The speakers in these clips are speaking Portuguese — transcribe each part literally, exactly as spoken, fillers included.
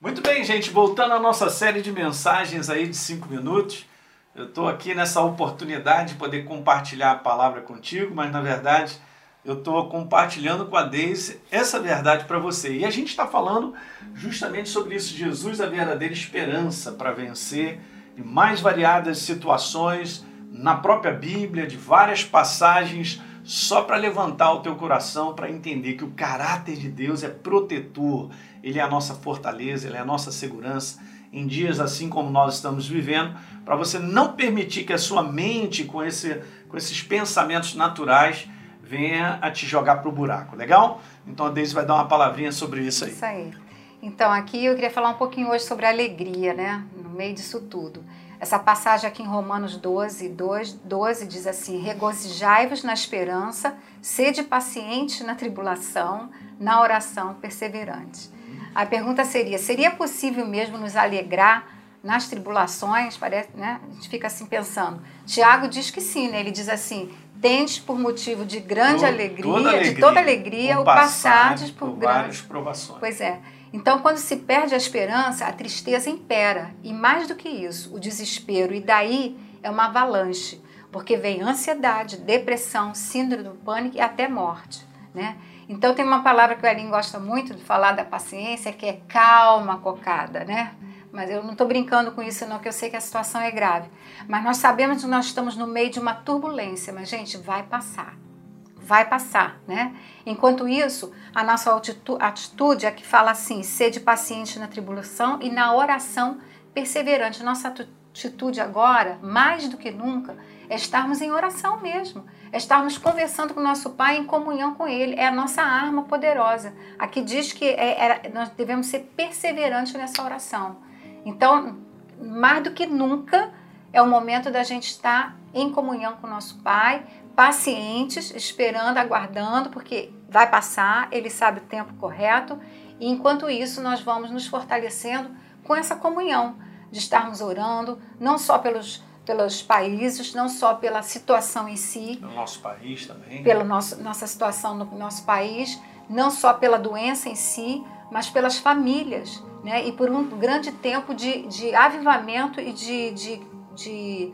Muito bem, gente, voltando à nossa série de mensagens aí de cinco minutos, eu estou aqui nessa oportunidade de poder compartilhar a palavra contigo, mas na verdade eu estou compartilhando com a Deise essa verdade para você. E a gente está falando justamente sobre isso, Jesus, a verdadeira esperança para vencer em mais variadas situações, na própria Bíblia, de várias passagens, só para levantar o teu coração, para entender que o caráter de Deus é protetor, Ele é a nossa fortaleza, Ele é a nossa segurança, em dias assim como nós estamos vivendo, para você não permitir que a sua mente, com, esse, com esses pensamentos naturais, venha a te jogar para o buraco, legal? Então a Deise vai dar uma palavrinha sobre isso aí. Isso aí. Então aqui eu queria falar um pouquinho hoje sobre a alegria, né? No meio disso tudo. Essa passagem aqui em Romanos doze, doze diz assim: regozijai-vos na esperança, sede pacientes na tribulação, na oração perseverante. A pergunta seria, seria possível mesmo nos alegrar nas tribulações? Parece, né? A gente fica assim pensando. Tiago diz que sim, né? Ele diz assim: tendes por motivo de grande toda, alegria, toda alegria, de toda alegria, o passardes por, por grandes várias provações. Pois é. Então, quando se perde a esperança, a tristeza impera. E mais do que isso, o desespero. E daí é uma avalanche, porque vem ansiedade, depressão, síndrome do pânico e até morte, né? Então, tem uma palavra que o Elinho gosta muito de falar da paciência, que é calma, cocada, né? Mas eu não estou brincando com isso não, que eu sei que a situação é grave. Mas nós sabemos que nós estamos no meio de uma turbulência, mas, gente, vai passar. Vai passar, né? Enquanto isso, a nossa atitude é que fala assim: sede paciente na tribulação e na oração perseverante. Nossa atitude agora, mais do que nunca, é estarmos em oração mesmo. É estarmos conversando com o nosso Pai, em comunhão com Ele. É a nossa arma poderosa. Aqui diz que é, é, nós devemos ser perseverantes nessa oração. Então, mais do que nunca, é o momento da gente estar em comunhão com o nosso Pai, pacientes, esperando, aguardando, porque vai passar, Ele sabe o tempo correto, e enquanto isso nós vamos nos fortalecendo com essa comunhão, de estarmos orando, não só pelos, pelos países, não só pela situação em si, pelo nosso país também, pela nosso, nossa situação no nosso país, não só pela doença em si, mas pelas famílias, né? E por um grande tempo de, de avivamento e de, de, de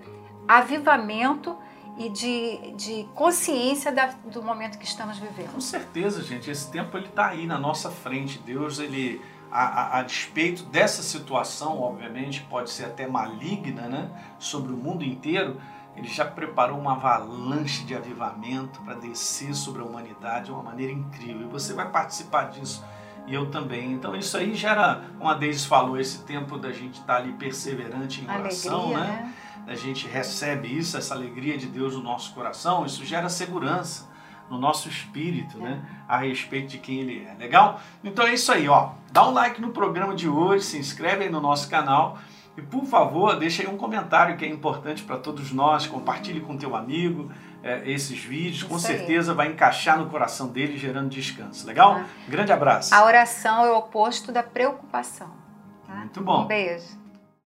avivamento e de, de consciência da, do momento que estamos vivendo. Com certeza, gente, esse tempo ele está aí na nossa frente. Deus, ele, a, a, a despeito dessa situação, obviamente, pode ser até maligna, né, sobre o mundo inteiro, Ele já preparou uma avalanche de avivamento para descer sobre a humanidade de uma maneira incrível. E você vai participar disso, e eu também. Então isso aí gera, como a Deise falou, esse tempo da gente estar ali perseverante em oração, Alegria, né? né? A gente recebe isso, essa alegria de Deus no nosso coração, isso gera segurança no nosso espírito, é. né? A respeito de quem Ele é. Legal? Então é isso aí, ó. Dá um like no programa de hoje, se inscreve aí no nosso canal e, por favor, deixa aí um comentário que é importante para todos nós. Compartilhe com teu amigo é, esses vídeos. Isso com aí. certeza vai encaixar no coração dele, gerando descanso. Legal? Tá. Grande abraço. A oração é o oposto da preocupação. Tá? Muito bom. Um beijo.